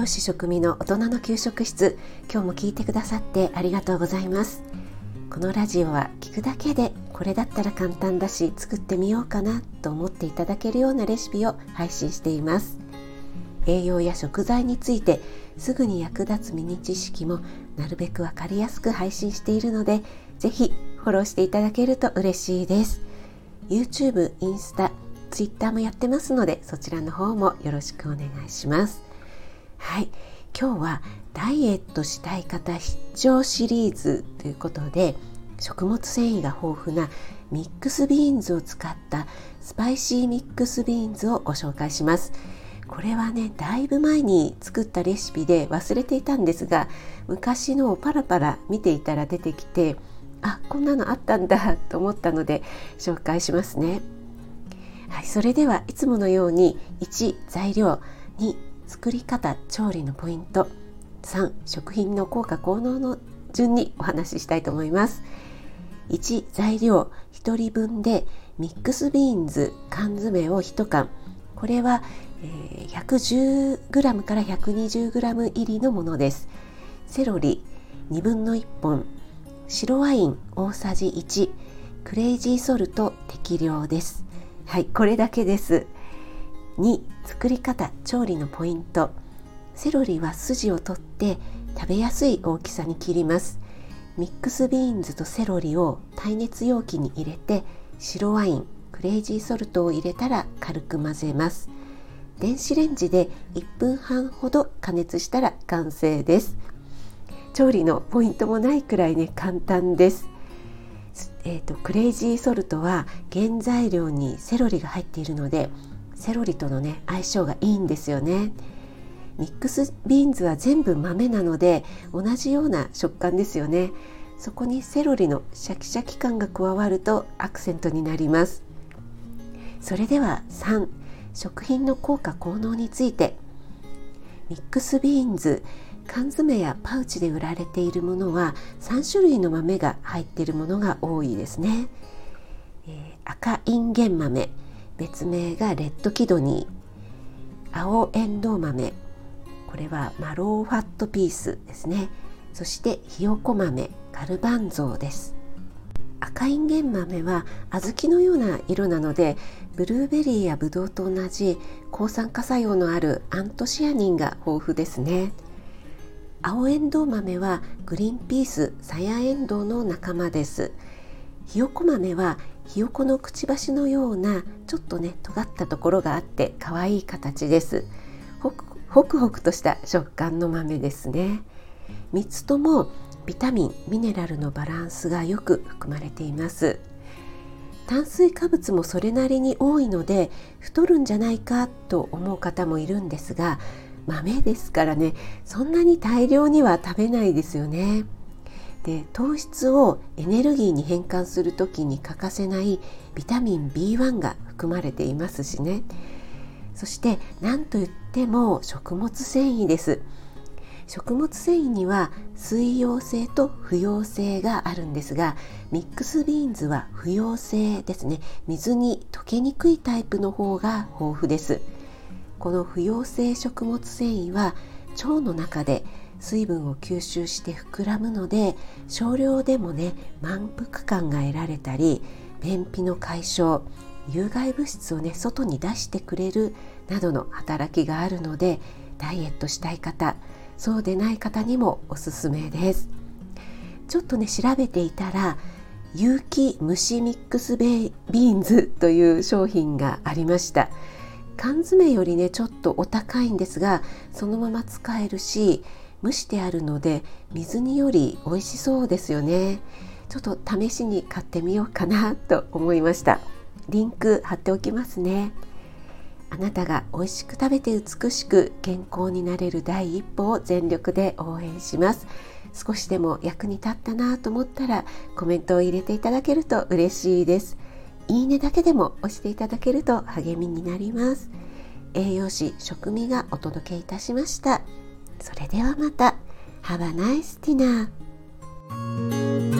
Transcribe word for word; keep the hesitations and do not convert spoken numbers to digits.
士食味の大人の給食室、今日も聞いてくださってありがとうございます。このラジオは聞くだけでこれだったら簡単だし作ってみようかなと思っていただけるようなレシピを配信しています。栄養や食材についてすぐに役立つミニ知識もなるべくわかりやすく配信しているので、ぜひフォローしていただけると嬉しいです。 YouTube、インスタ、Twitter もやってますので、そちらの方もよろしくお願いします。はい、今日はダイエットしたい方必聴シリーズということで、食物繊維が豊富なミックスビーンズを使ったスパイシーミックスビーンズをご紹介します。これはね、だいぶ前に作ったレシピで忘れていたんですが、昔のをパラパラ見ていたら出てきて、あ、こんなのあったんだと思ったので紹介しますね。はい、それではいつものようにいち、材料、に、作り方、調理のポイント、さん、食品の効果効能の順にお話ししたいと思います。いち、材料、ひとりぶんでミックスビーンズ缶詰をいち缶、これはひゃくじゅうグラム から ひゃくにじゅうグラム 入りのものです。セロリにぶんのいっぽん、白ワイン大さじいち、クレイジーソルト適量です。はい、これだけです。に、作り方、調理のポイント。セロリは筋を取って食べやすい大きさに切ります。ミックスビーンズとセロリを耐熱容器に入れて、白ワイン、クレイジーソルトを入れたら軽く混ぜます。電子レンジでいっぷんはんほど加熱したら完成です。調理のポイントもないくらいね、簡単です。えーと、クレイジーソルトは原材料にセロリが入っているので、セロリとのね相性がいいんですよね。ミックスビーンズは全部豆なので同じような食感ですよね。そこにセロリのシャキシャキ感が加わるとアクセントになります。それではさん、食品の効果効能について。ミックスビーンズ、缶詰やパウチで売られているものはさん種類の豆が入っているものが多いですね。えー、赤インゲン豆、別名がレッドキドニー、青エンドウ豆、これはマローファットピースですね。そしてひよこ豆、ガルバンゾーです。赤インゲン豆は小豆のような色なので、ブルーベリーやブドウと同じ抗酸化作用のあるアントシアニンが豊富ですね。青エンドウ豆はグリーンピース、サヤエンドウの仲間です。ひよこ豆はひよこのくちばしのようなちょっとね尖ったところがあって可愛い形です。ほくほくほくとした食感の豆ですね。みっつともビタミン、ミネラルのバランスがよく含まれています。炭水化物もそれなりに多いので太るんじゃないかと思う方もいるんですが、豆ですからね、そんなに大量には食べないですよね。で、糖質をエネルギーに変換するときに欠かせないビタミン ビーワン が含まれていますしね。そして何といっても食物繊維です。食物繊維には水溶性と不溶性があるんですが、ミックスビーンズは不溶性ですね。水に溶けにくいタイプの方が豊富です。この不溶性食物繊維は腸の中で水分を吸収して膨らむので、少量でもね満腹感が得られたり、便秘の解消、有害物質をね外に出してくれるなどの働きがあるので、ダイエットしたい方、そうでない方にもおすすめです。ちょっとね調べていたら、有機蒸しミックスビーンズという商品がありました。缶詰よりねちょっとお高いんですが、そのまま使えるし、蒸してあるので水煮より美味しそうですよね。ちょっと試しに買ってみようかなと思いました。リンク貼っておきますね。あなたが美味しく食べて美しく健康になれる第一歩を全力で応援します。少しでも役に立ったなと思ったらコメントを入れていただけると嬉しいです。いいねだけでも押していただけると励みになります。栄養士食味がお届けいたしました。それではまた。Have a nice dinner.